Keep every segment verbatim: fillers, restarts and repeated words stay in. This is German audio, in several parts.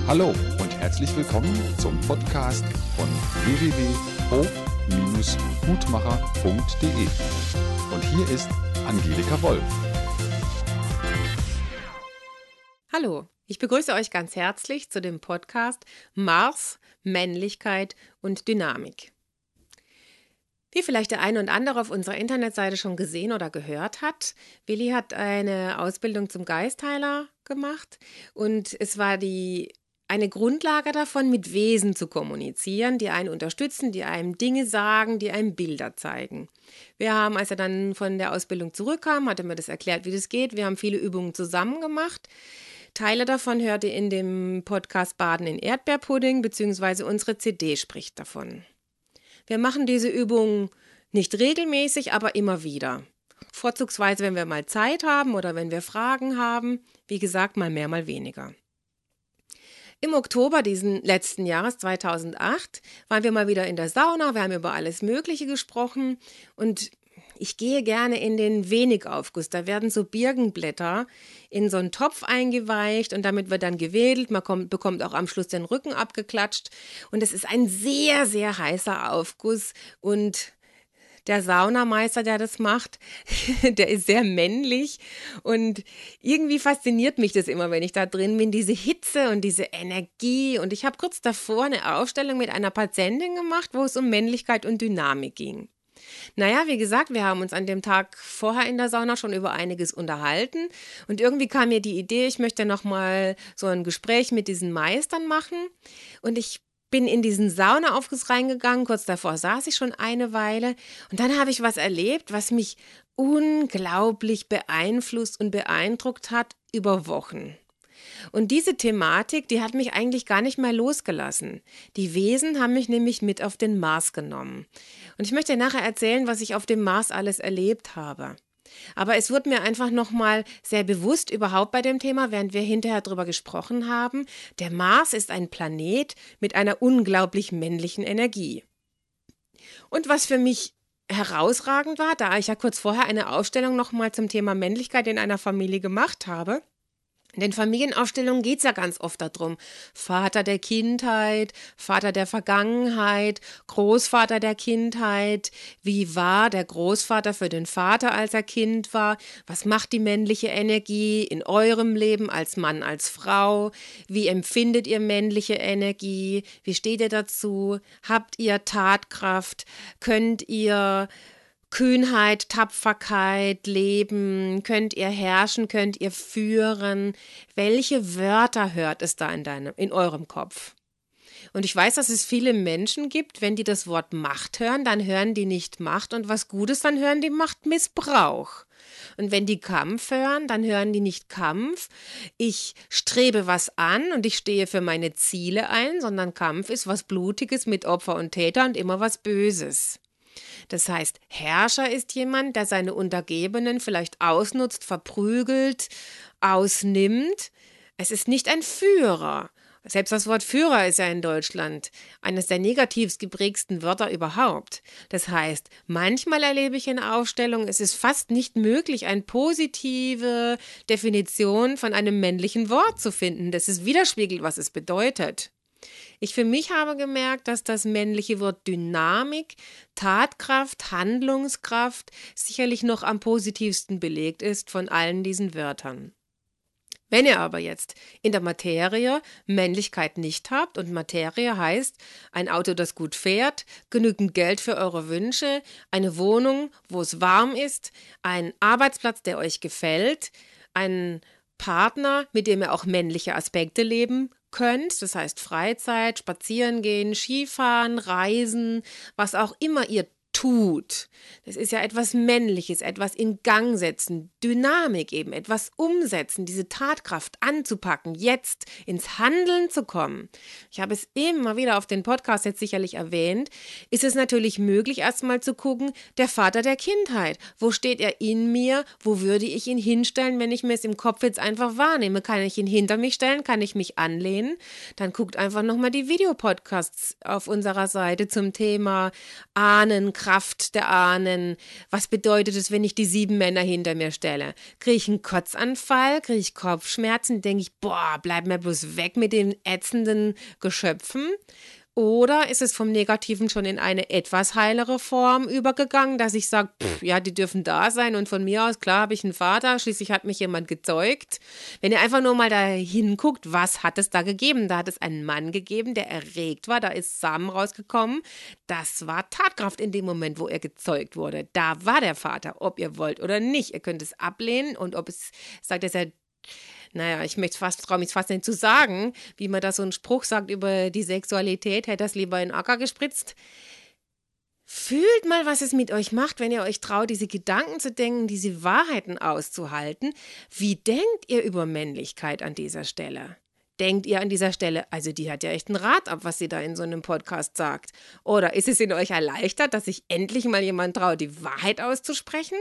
Hallo und herzlich willkommen zum Podcast von w w w punkt hof gutmacher punkt de. Und hier ist Angelika Wolf. Hallo, ich begrüße euch ganz herzlich zu dem Podcast Mars, Männlichkeit und Dynamik. Wie vielleicht der eine und andere auf unserer Internetseite schon gesehen oder gehört hat, Willi hat eine Ausbildung zum Geistheiler gemacht und es war die eine Grundlage davon, mit Wesen zu kommunizieren, die einen unterstützen, die einem Dinge sagen, die einem Bilder zeigen. Wir haben, als er dann von der Ausbildung zurückkam, hat er mir das erklärt, wie das geht. Wir haben viele Übungen zusammen gemacht. Teile davon hört ihr in dem Podcast Baden in Erdbeerpudding, beziehungsweise unsere C D spricht davon. Wir machen diese Übungen nicht regelmäßig, aber immer wieder. Vorzugsweise, wenn wir mal Zeit haben oder wenn wir Fragen haben. Wie gesagt, mal mehr, mal weniger. Im Oktober diesen letzten Jahres, zweitausendacht, waren wir mal wieder in der Sauna. Wir haben über alles Mögliche gesprochen und ich gehe gerne in den Wenigaufguss. Da werden so Birkenblätter in so einen Topf eingeweicht und damit wird dann gewedelt. Man kommt, bekommt auch am Schluss den Rücken abgeklatscht. Und es ist ein sehr, sehr heißer Aufguss. Und der Saunameister, der das macht, der ist sehr männlich. Und irgendwie fasziniert mich das immer, wenn ich da drin bin, diese Hitze und diese Energie. Und ich habe kurz davor eine Aufstellung mit einer Patientin gemacht, wo es um Männlichkeit und Dynamik ging. Naja, wie gesagt, wir haben uns an dem Tag vorher in der Sauna schon über einiges unterhalten und irgendwie kam mir die Idee, ich möchte nochmal so ein Gespräch mit diesen Meistern machen und ich bin in diesen Saunaaufguss reingegangen, kurz davor saß ich schon eine Weile und dann habe ich was erlebt, was mich unglaublich beeinflusst und beeindruckt hat über Wochen. Und diese Thematik, die hat mich eigentlich gar nicht mehr losgelassen. Die Wesen haben mich nämlich mit auf den Mars genommen. Und ich möchte nachher erzählen, was ich auf dem Mars alles erlebt habe. Aber es wurde mir einfach nochmal sehr bewusst überhaupt bei dem Thema, während wir hinterher drüber gesprochen haben, der Mars ist ein Planet mit einer unglaublich männlichen Energie. Und was für mich herausragend war, da ich ja kurz vorher eine Ausstellung nochmal zum Thema Männlichkeit in einer Familie gemacht habe, in den Familienaufstellungen geht es ja ganz oft darum, Vater der Kindheit, Vater der Vergangenheit, Großvater der Kindheit, wie war der Großvater für den Vater, als er Kind war, was macht die männliche Energie in eurem Leben als Mann, als Frau, wie empfindet ihr männliche Energie, wie steht ihr dazu, habt ihr Tatkraft, könnt ihr Kühnheit, Tapferkeit, Leben, könnt ihr herrschen, könnt ihr führen? Welche Wörter hört es da in deinem, in eurem Kopf? Und ich weiß, dass es viele Menschen gibt, wenn die das Wort Macht hören, dann hören die nicht Macht und was Gutes, dann hören die Machtmissbrauch. Und wenn die Kampf hören, dann hören die nicht Kampf, ich strebe was an und ich stehe für meine Ziele ein, sondern Kampf ist was Blutiges mit Opfer und Täter und immer was Böses. Das heißt, Herrscher ist jemand, der seine Untergebenen vielleicht ausnutzt, verprügelt, ausnimmt. Es ist nicht ein Führer. Selbst das Wort Führer ist ja in Deutschland eines der negativst geprägsten Wörter überhaupt. Das heißt, manchmal erlebe ich in Aufstellungen, es ist fast nicht möglich, eine positive Definition von einem männlichen Wort zu finden, das es widerspiegelt, was es bedeutet. Ich für mich habe gemerkt, dass das männliche Wort Dynamik, Tatkraft, Handlungskraft sicherlich noch am positivsten belegt ist von allen diesen Wörtern. Wenn ihr aber jetzt in der Materie Männlichkeit nicht habt und Materie heißt ein Auto, das gut fährt, genügend Geld für eure Wünsche, eine Wohnung, wo es warm ist, ein Arbeitsplatz, der euch gefällt, ein Partner, mit dem ihr auch männliche Aspekte leben könnt, das heißt Freizeit, spazieren gehen, Skifahren, Reisen, was auch immer ihr tut. Das ist ja etwas Männliches, etwas in Gang setzen, Dynamik eben, etwas umsetzen, diese Tatkraft anzupacken, jetzt ins Handeln zu kommen. Ich habe es immer wieder auf den Podcast jetzt sicherlich erwähnt, ist es natürlich möglich, erstmal zu gucken, der Vater der Kindheit, wo steht er in mir, wo würde ich ihn hinstellen, wenn ich mir es im Kopf jetzt einfach wahrnehme, kann ich ihn hinter mich stellen, kann ich mich anlehnen, dann guckt einfach nochmal die Videopodcasts auf unserer Seite zum Thema Ahnen, Kraft, Kraft der Ahnen? Was bedeutet es, wenn ich die sieben Männer hinter mir stelle? Kriege ich einen Kotzanfall? Kriege ich Kopfschmerzen? Denke ich, boah, bleib mir bloß weg mit den ätzenden Geschöpfen? Oder ist es vom Negativen schon in eine etwas heilere Form übergegangen, dass ich sage, ja, die dürfen da sein und von mir aus, klar, habe ich einen Vater, schließlich hat mich jemand gezeugt. Wenn ihr einfach nur mal da hinguckt, was hat es da gegeben? Da hat es einen Mann gegeben, der erregt war, da ist Samen rausgekommen. Das war Tatkraft in dem Moment, wo er gezeugt wurde. Da war der Vater, ob ihr wollt oder nicht. Ihr könnt es ablehnen und ob es, sagt es ja, naja, ich möchte fast, traue mich fast nicht zu sagen, wie man da so einen Spruch sagt über die Sexualität, hätte das lieber in den Acker gespritzt. Fühlt mal, was es mit euch macht, wenn ihr euch traut, diese Gedanken zu denken, diese Wahrheiten auszuhalten. Wie denkt ihr über Männlichkeit an dieser Stelle? Denkt ihr an dieser Stelle, also die hat ja echt einen Rat ab, was sie da in so einem Podcast sagt? Oder ist es in euch erleichtert, dass sich endlich mal jemand traut, die Wahrheit auszusprechen?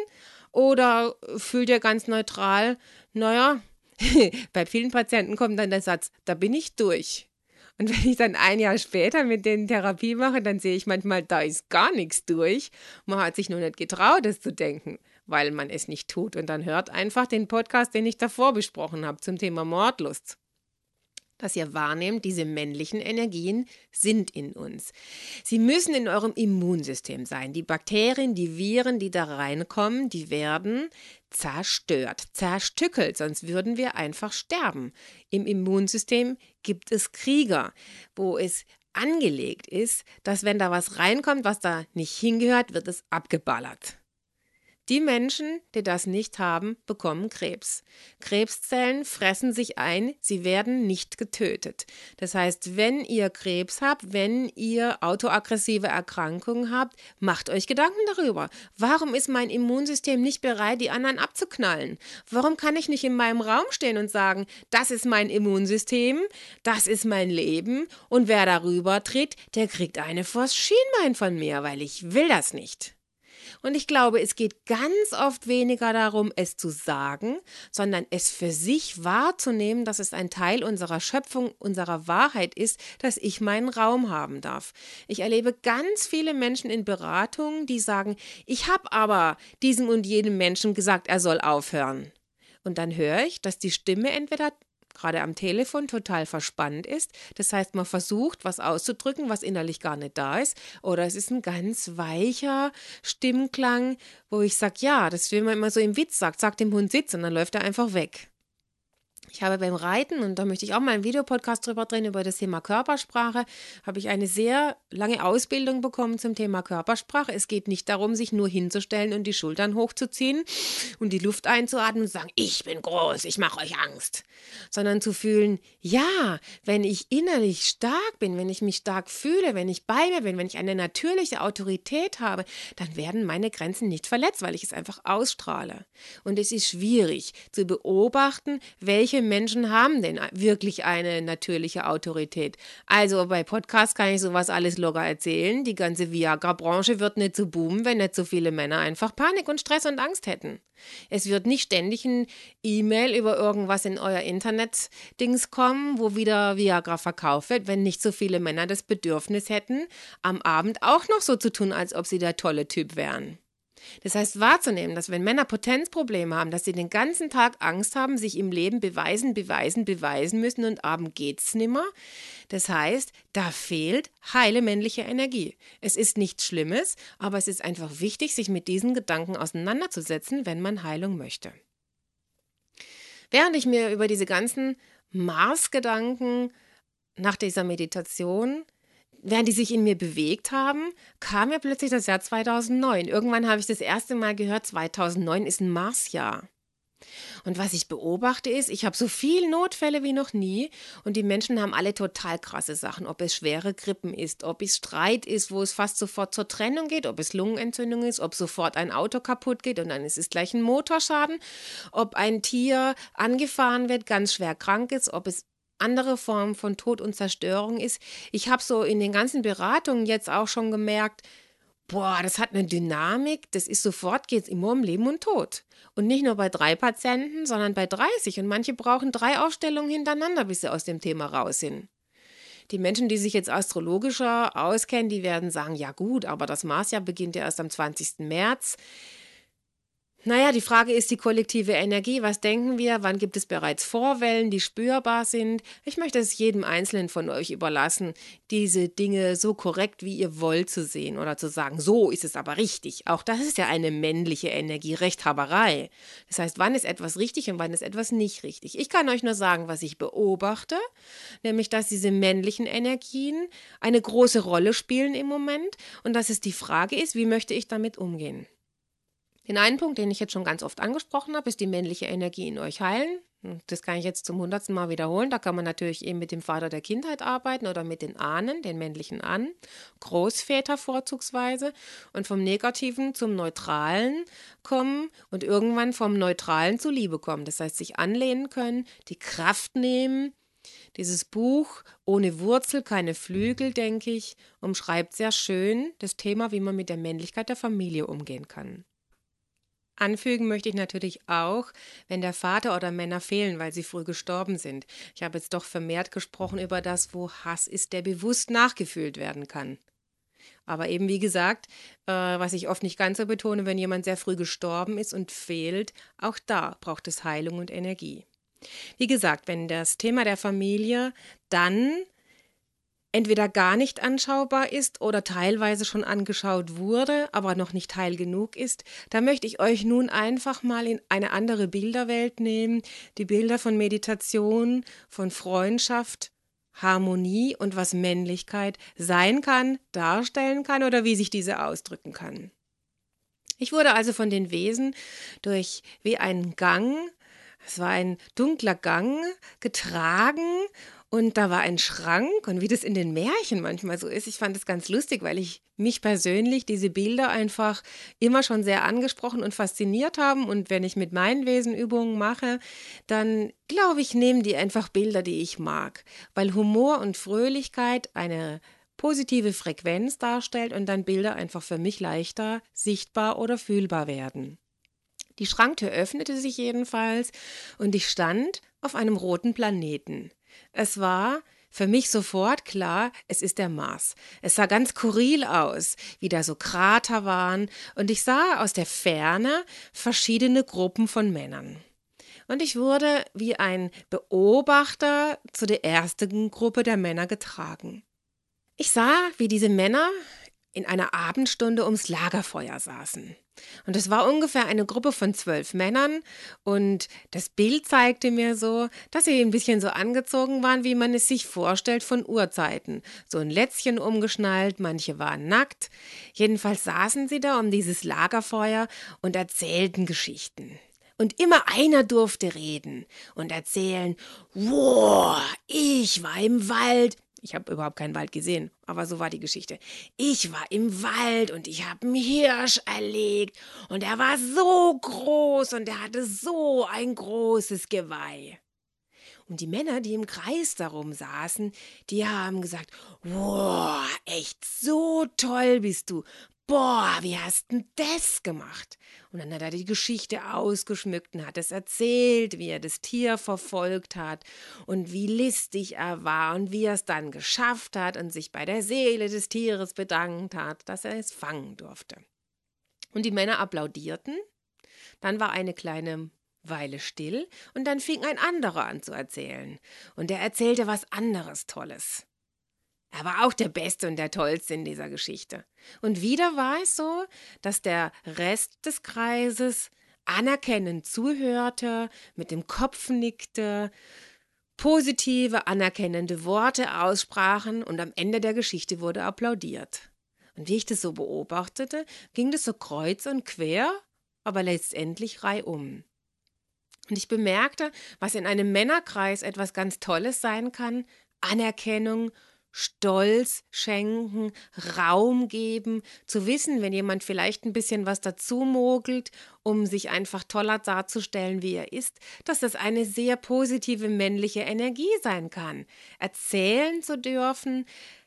Oder fühlt ihr ganz neutral, naja, bei vielen Patienten kommt dann der Satz, da bin ich durch. Und wenn ich dann ein Jahr später mit denen Therapie mache, dann sehe ich manchmal, da ist gar nichts durch. Man hat sich nur nicht getraut, das zu denken, weil man es nicht tut. Und dann hört einfach den Podcast, den ich davor besprochen habe zum Thema Mordlust. Dass ihr wahrnehmt, diese männlichen Energien sind in uns. Sie müssen in eurem Immunsystem sein. Die Bakterien, die Viren, die da reinkommen, die werden zerstört, zerstückelt, sonst würden wir einfach sterben. Im Immunsystem gibt es Krieger, wo es angelegt ist, dass wenn da was reinkommt, was da nicht hingehört, wird es abgeballert. Die Menschen, die das nicht haben, bekommen Krebs. Krebszellen fressen sich ein, sie werden nicht getötet. Das heißt, wenn ihr Krebs habt, wenn ihr autoaggressive Erkrankungen habt, macht euch Gedanken darüber. Warum ist mein Immunsystem nicht bereit, die anderen abzuknallen? Warum kann ich nicht in meinem Raum stehen und sagen, das ist mein Immunsystem, das ist mein Leben und wer darüber tritt, der kriegt eine vors Schienbein von mir, weil ich will das nicht. Und ich glaube, es geht ganz oft weniger darum, es zu sagen, sondern es für sich wahrzunehmen, dass es ein Teil unserer Schöpfung, unserer Wahrheit ist, dass ich meinen Raum haben darf. Ich erlebe ganz viele Menschen in Beratungen, die sagen, ich habe aber diesem und jenem Menschen gesagt, er soll aufhören. Und dann höre ich, dass die Stimme entweder gerade am Telefon total verspannt ist. Das heißt, man versucht, was auszudrücken, was innerlich gar nicht da ist. Oder es ist ein ganz weicher Stimmklang, wo ich sage, ja, das will man immer so im Witz sagt, sag dem Hund Sitz und dann läuft er einfach weg. Ich habe beim Reiten, und da möchte ich auch mal einen Videopodcast drüber drehen, über das Thema Körpersprache, habe ich eine sehr lange Ausbildung bekommen zum Thema Körpersprache. Es geht nicht darum, sich nur hinzustellen und die Schultern hochzuziehen und die Luft einzuatmen und zu sagen, ich bin groß, ich mache euch Angst. Sondern zu fühlen, ja, wenn ich innerlich stark bin, wenn ich mich stark fühle, wenn ich bei mir bin, wenn ich eine natürliche Autorität habe, dann werden meine Grenzen nicht verletzt, weil ich es einfach ausstrahle. Und es ist schwierig zu beobachten, welche Menschen haben denn wirklich eine natürliche Autorität? Also bei Podcasts kann ich sowas alles locker erzählen. Die ganze Viagra-Branche wird nicht so boomen, wenn nicht so viele Männer einfach Panik und Stress und Angst hätten. Es wird nicht ständig ein E-Mail über irgendwas in euer Internet-Dings kommen, wo wieder Viagra verkauft wird, wenn nicht so viele Männer das Bedürfnis hätten, am Abend auch noch so zu tun, als ob sie der tolle Typ wären. Das heißt, wahrzunehmen, dass wenn Männer Potenzprobleme haben, dass sie den ganzen Tag Angst haben, sich im Leben beweisen, beweisen, beweisen müssen und abends geht's nimmer. Das heißt, da fehlt heile männliche Energie. Es ist nichts Schlimmes, aber es ist einfach wichtig, sich mit diesen Gedanken auseinanderzusetzen, wenn man Heilung möchte. Während ich mir über diese ganzen Mars-Gedanken nach dieser Meditation während die sich in mir bewegt haben, kam mir plötzlich das Jahr zweitausendneun. Irgendwann habe ich das erste Mal gehört, zweitausendneun ist ein Marsjahr. Und was ich beobachte ist, ich habe so viele Notfälle wie noch nie und die Menschen haben alle total krasse Sachen, ob es schwere Grippen ist, ob es Streit ist, wo es fast sofort zur Trennung geht, ob es Lungenentzündung ist, ob sofort ein Auto kaputt geht und dann ist es gleich ein Motorschaden, ob ein Tier angefahren wird, ganz schwer krank ist, ob es andere Formen von Tod und Zerstörung ist. Ich habe so in den ganzen Beratungen jetzt auch schon gemerkt, boah, das hat eine Dynamik, das ist sofort, geht es immer um Leben und Tod. Und nicht nur bei drei Patienten, sondern bei dreißig. Und manche brauchen drei Aufstellungen hintereinander, bis sie aus dem Thema raus sind. Die Menschen, die sich jetzt astrologischer auskennen, die werden sagen, ja gut, aber das Marsjahr beginnt ja erst am zwanzigsten März. Naja, die Frage ist die kollektive Energie. Was denken wir? Wann gibt es bereits Vorwellen, die spürbar sind? Ich möchte es jedem Einzelnen von euch überlassen, diese Dinge so korrekt, wie ihr wollt, zu sehen oder zu sagen, so ist es aber richtig. Auch das ist ja eine männliche Energie, Rechthaberei. Das heißt, wann ist etwas richtig und wann ist etwas nicht richtig? Ich kann euch nur sagen, was ich beobachte, nämlich, dass diese männlichen Energien eine große Rolle spielen im Moment und dass es die Frage ist, wie möchte ich damit umgehen? Den einen Punkt, den ich jetzt schon ganz oft angesprochen habe, ist die männliche Energie in euch heilen. Das kann ich jetzt zum hundertsten Mal wiederholen. Da kann man natürlich eben mit dem Vater der Kindheit arbeiten oder mit den Ahnen, den männlichen Ahnen, Großväter vorzugsweise und vom Negativen zum Neutralen kommen und irgendwann vom Neutralen zur Liebe kommen. Das heißt, sich anlehnen können, die Kraft nehmen. Dieses Buch Ohne Wurzel, keine Flügel, denke ich, umschreibt sehr schön das Thema, wie man mit der Männlichkeit der Familie umgehen kann. Anfügen möchte ich natürlich auch, wenn der Vater oder Männer fehlen, weil sie früh gestorben sind. Ich habe jetzt doch vermehrt gesprochen über das, wo Hass ist, der bewusst nachgefühlt werden kann. Aber eben wie gesagt, äh, was ich oft nicht ganz so betone, wenn jemand sehr früh gestorben ist und fehlt, auch da braucht es Heilung und Energie. Wie gesagt, wenn das Thema der Familie dann entweder gar nicht anschaubar ist oder teilweise schon angeschaut wurde, aber noch nicht heil genug ist, da möchte ich euch nun einfach mal in eine andere Bilderwelt nehmen, die Bilder von Meditation, von Freundschaft, Harmonie und was Männlichkeit sein kann, darstellen kann oder wie sich diese ausdrücken kann. Ich wurde also von den Wesen durch wie einen Gang, es war ein dunkler Gang, getragen. Und da war ein Schrank und wie das in den Märchen manchmal so ist, ich fand es ganz lustig, weil ich mich persönlich diese Bilder einfach immer schon sehr angesprochen und fasziniert haben. Und wenn ich mit meinen Wesen Übungen mache, dann glaube ich, nehmen die einfach Bilder, die ich mag, weil Humor und Fröhlichkeit eine positive Frequenz darstellt und dann Bilder einfach für mich leichter sichtbar oder fühlbar werden. Die Schranktür öffnete sich jedenfalls und ich stand auf einem roten Planeten. Es war für mich sofort klar, es ist der Mars. Es sah ganz skurril aus, wie da so Krater waren, und ich sah aus der Ferne verschiedene Gruppen von Männern. Und ich wurde wie ein Beobachter zu der ersten Gruppe der Männer getragen. Ich sah, wie diese Männer in einer Abendstunde ums Lagerfeuer saßen. Und es war ungefähr eine Gruppe von zwölf Männern und das Bild zeigte mir so, dass sie ein bisschen so angezogen waren, wie man es sich vorstellt von Urzeiten. So ein Lätzchen umgeschnallt, manche waren nackt. Jedenfalls saßen sie da um dieses Lagerfeuer und erzählten Geschichten. Und immer einer durfte reden und erzählen, wow, ich war im Wald. Ich habe überhaupt keinen Wald gesehen, aber so war die Geschichte. Ich war im Wald und ich habe einen Hirsch erlegt und er war so groß und er hatte so ein großes Geweih. Und die Männer, die im Kreis darum saßen, die haben gesagt, wow, echt so toll bist du. Boah, wie hast denn das gemacht? Und dann hat er die Geschichte ausgeschmückt und hat es erzählt, wie er das Tier verfolgt hat und wie listig er war und wie er es dann geschafft hat und sich bei der Seele des Tieres bedankt hat, dass er es fangen durfte. Und die Männer applaudierten. Dann war eine kleine Weile still und dann fing ein anderer an zu erzählen. Und er erzählte was anderes Tolles. Er war auch der Beste und der Tollste in dieser Geschichte. Und wieder war es so, dass der Rest des Kreises anerkennend zuhörte, mit dem Kopf nickte, positive, anerkennende Worte aussprachen und am Ende der Geschichte wurde applaudiert. Und wie ich das so beobachtete, ging das so kreuz und quer, aber letztendlich reihum. Und ich bemerkte, was in einem Männerkreis etwas ganz Tolles sein kann: Anerkennung, Stolz schenken, Raum geben, zu wissen, wenn jemand vielleicht ein bisschen was dazu mogelt, um sich einfach toller darzustellen, wie er ist, dass das eine sehr positive männliche Energie sein kann. Erzählen zu dürfen,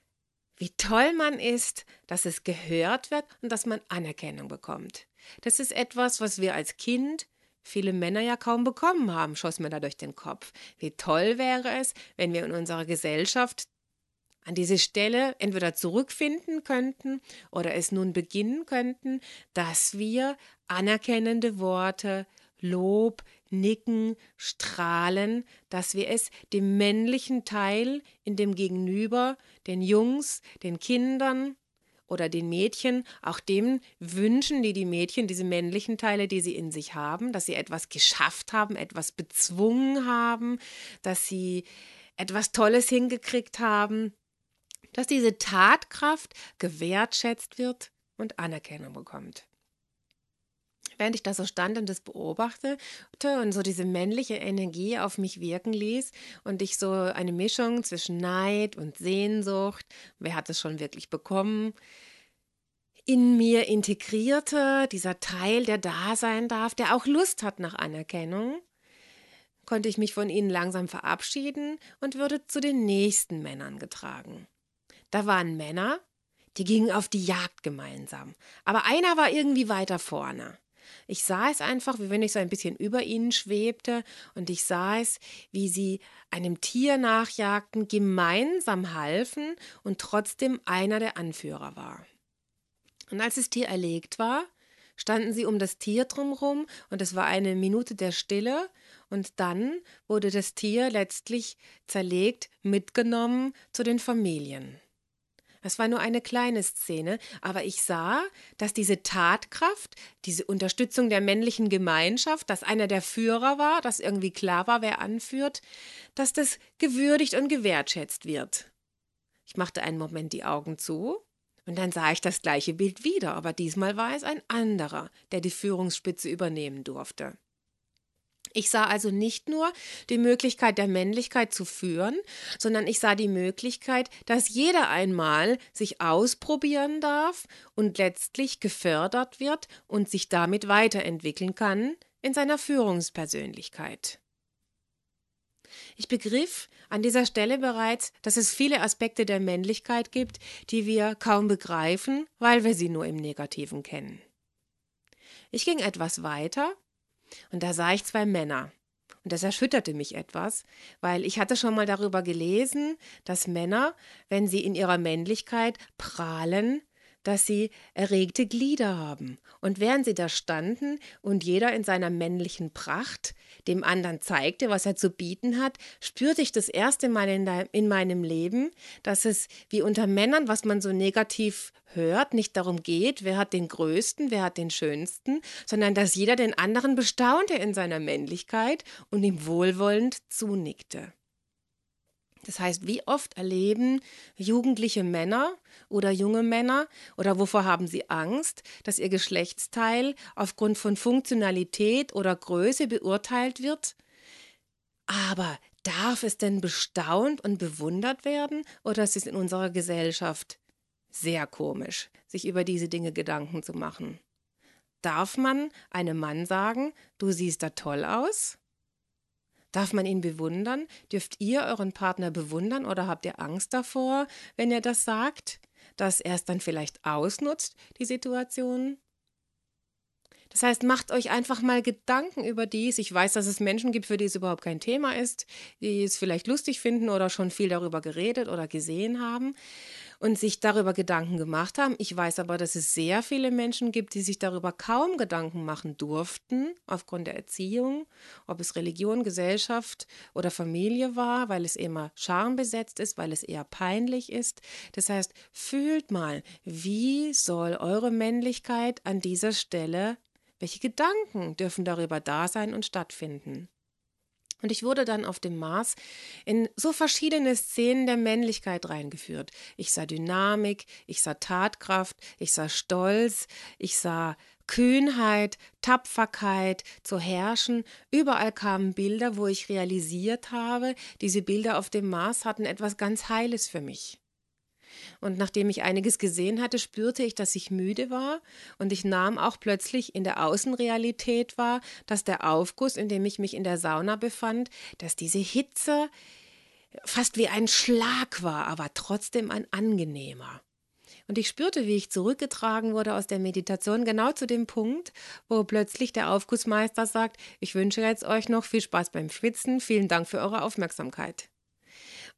wie toll man ist, dass es gehört wird und dass man Anerkennung bekommt. Das ist etwas, was wir als Kind, viele Männer ja kaum bekommen haben, schoss mir da durch den Kopf. Wie toll wäre es, wenn wir in unserer Gesellschaft an diese Stelle entweder zurückfinden könnten oder es nun beginnen könnten, dass wir anerkennende Worte, Lob, Nicken, Strahlen, dass wir es dem männlichen Teil in dem Gegenüber, den Jungs, den Kindern oder den Mädchen, auch dem wünschen, die die Mädchen, diese männlichen Teile, die sie in sich haben, dass sie etwas geschafft haben, etwas bezwungen haben, dass sie etwas Tolles hingekriegt haben, dass diese Tatkraft gewertschätzt wird und Anerkennung bekommt. Während ich da so stand und das beobachtete und so diese männliche Energie auf mich wirken ließ und ich so eine Mischung zwischen Neid und Sehnsucht, wer hat es schon wirklich bekommen, in mir integrierte, dieser Teil, der da sein darf, der auch Lust hat nach Anerkennung, konnte ich mich von ihnen langsam verabschieden und wurde zu den nächsten Männern getragen. Da waren Männer, die gingen auf die Jagd gemeinsam, aber einer war irgendwie weiter vorne. Ich sah es einfach, wie wenn ich so ein bisschen über ihnen schwebte und ich sah es, wie sie einem Tier nachjagten, gemeinsam halfen und trotzdem einer der Anführer war. Und als das Tier erlegt war, standen sie um das Tier drumherum und es war eine Minute der Stille und dann wurde das Tier letztlich zerlegt, mitgenommen zu den Familien. Es war nur eine kleine Szene, aber ich sah, dass diese Tatkraft, diese Unterstützung der männlichen Gemeinschaft, dass einer der Führer war, dass irgendwie klar war, wer anführt, dass das gewürdigt und gewertschätzt wird. Ich machte einen Moment die Augen zu und dann sah ich das gleiche Bild wieder, aber diesmal war es ein anderer, der die Führungsspitze übernehmen durfte. Ich sah also nicht nur die Möglichkeit der Männlichkeit zu führen, sondern ich sah die Möglichkeit, dass jeder einmal sich ausprobieren darf und letztlich gefördert wird und sich damit weiterentwickeln kann in seiner Führungspersönlichkeit. Ich begriff an dieser Stelle bereits, dass es viele Aspekte der Männlichkeit gibt, die wir kaum begreifen, weil wir sie nur im Negativen kennen. Ich ging etwas weiter. Und da sah ich zwei Männer. Und das erschütterte mich etwas, weil ich hatte schon mal darüber gelesen, dass Männer, wenn sie in ihrer Männlichkeit prahlen, dass sie erregte Glieder haben. Und während sie da standen und jeder in seiner männlichen Pracht dem anderen zeigte, was er zu bieten hat, spürte ich das erste Mal in, de- in meinem Leben, dass es wie unter Männern, was man so negativ hört, nicht darum geht, wer hat den Größten, wer hat den Schönsten, sondern dass jeder den anderen bestaunte in seiner Männlichkeit und ihm wohlwollend zunickte. Das heißt, wie oft erleben jugendliche Männer oder junge Männer oder wovor haben sie Angst, dass ihr Geschlechtsteil aufgrund von Funktionalität oder Größe beurteilt wird? Aber darf es denn bestaunt und bewundert werden oder ist es in unserer Gesellschaft sehr komisch, sich über diese Dinge Gedanken zu machen? Darf man einem Mann sagen, du siehst da toll aus? Darf man ihn bewundern? Dürft ihr euren Partner bewundern oder habt ihr Angst davor, wenn er das sagt, dass er es dann vielleicht ausnutzt, die Situation? Das heißt, macht euch einfach mal Gedanken über dies. Ich weiß, dass es Menschen gibt, für die es überhaupt kein Thema ist, die es vielleicht lustig finden oder schon viel darüber geredet oder gesehen haben und sich darüber Gedanken gemacht haben. Ich weiß aber, dass es sehr viele Menschen gibt, die sich darüber kaum Gedanken machen durften, aufgrund der Erziehung, ob es Religion, Gesellschaft oder Familie war, weil es immer schambesetzt ist, weil es eher peinlich ist. Das heißt, fühlt mal, wie soll eure Männlichkeit an dieser Stelle, welche Gedanken dürfen darüber da sein und stattfinden? Und ich wurde dann auf dem Mars in so verschiedene Szenen der Männlichkeit reingeführt. Ich sah Dynamik, ich sah Tatkraft, ich sah Stolz, ich sah Kühnheit, Tapferkeit, zu herrschen. Überall kamen Bilder, wo ich realisiert habe, diese Bilder auf dem Mars hatten etwas ganz Heiles für mich. Und nachdem ich einiges gesehen hatte, spürte ich, dass ich müde war und ich nahm auch plötzlich in der Außenrealität wahr, dass der Aufguss, in dem ich mich in der Sauna befand, dass diese Hitze fast wie ein Schlag war, aber trotzdem ein angenehmer. Und ich spürte, wie ich zurückgetragen wurde aus der Meditation, genau zu dem Punkt, wo plötzlich der Aufgussmeister sagt, ich wünsche jetzt euch noch viel Spaß beim Schwitzen, vielen Dank für eure Aufmerksamkeit.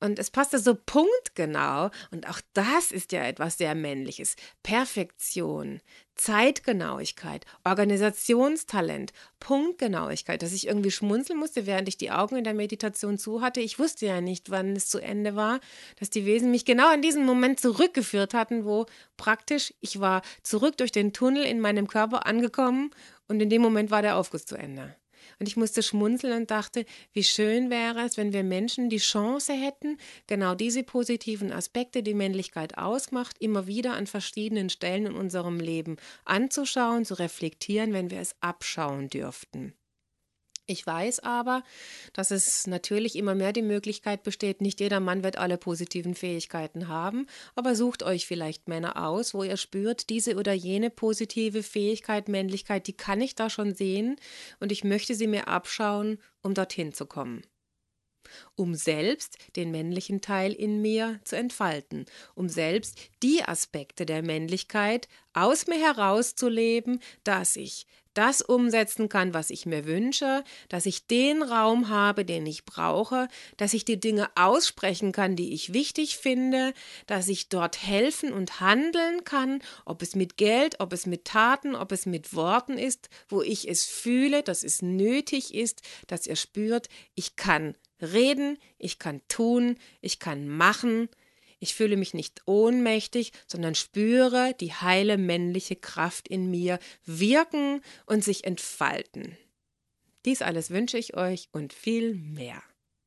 Und es passte so punktgenau. Und auch das ist ja etwas sehr Männliches. Perfektion, Zeitgenauigkeit, Organisationstalent, Punktgenauigkeit, dass ich irgendwie schmunzeln musste, während ich die Augen in der Meditation zu hatte. Ich wusste ja nicht, wann es zu Ende war, dass die Wesen mich genau in diesen Moment zurückgeführt hatten, wo praktisch ich war zurück durch den Tunnel in meinem Körper angekommen und in dem Moment war der Aufguss zu Ende. Und ich musste schmunzeln und dachte, wie schön wäre es, wenn wir Menschen die Chance hätten, genau diese positiven Aspekte, die Männlichkeit ausmacht, immer wieder an verschiedenen Stellen in unserem Leben anzuschauen, zu reflektieren, wenn wir es abschauen dürften. Ich weiß aber, dass es natürlich immer mehr die Möglichkeit besteht, nicht jeder Mann wird alle positiven Fähigkeiten haben, aber sucht euch vielleicht Männer aus, wo ihr spürt, diese oder jene positive Fähigkeit, Männlichkeit, die kann ich da schon sehen und ich möchte sie mir abschauen, um dorthin zu kommen. Um selbst den männlichen Teil in mir zu entfalten, um selbst die Aspekte der Männlichkeit aus mir herauszuleben, dass ich das umsetzen kann, was ich mir wünsche, dass ich den Raum habe, den ich brauche, dass ich die Dinge aussprechen kann, die ich wichtig finde, dass ich dort helfen und handeln kann, ob es mit Geld, ob es mit Taten, ob es mit Worten ist, wo ich es fühle, dass es nötig ist, dass ihr spürt, ich kann reden, ich kann tun, ich kann machen. Ich fühle mich nicht ohnmächtig, sondern spüre die heile männliche Kraft in mir wirken und sich entfalten. Dies alles wünsche ich euch und viel mehr.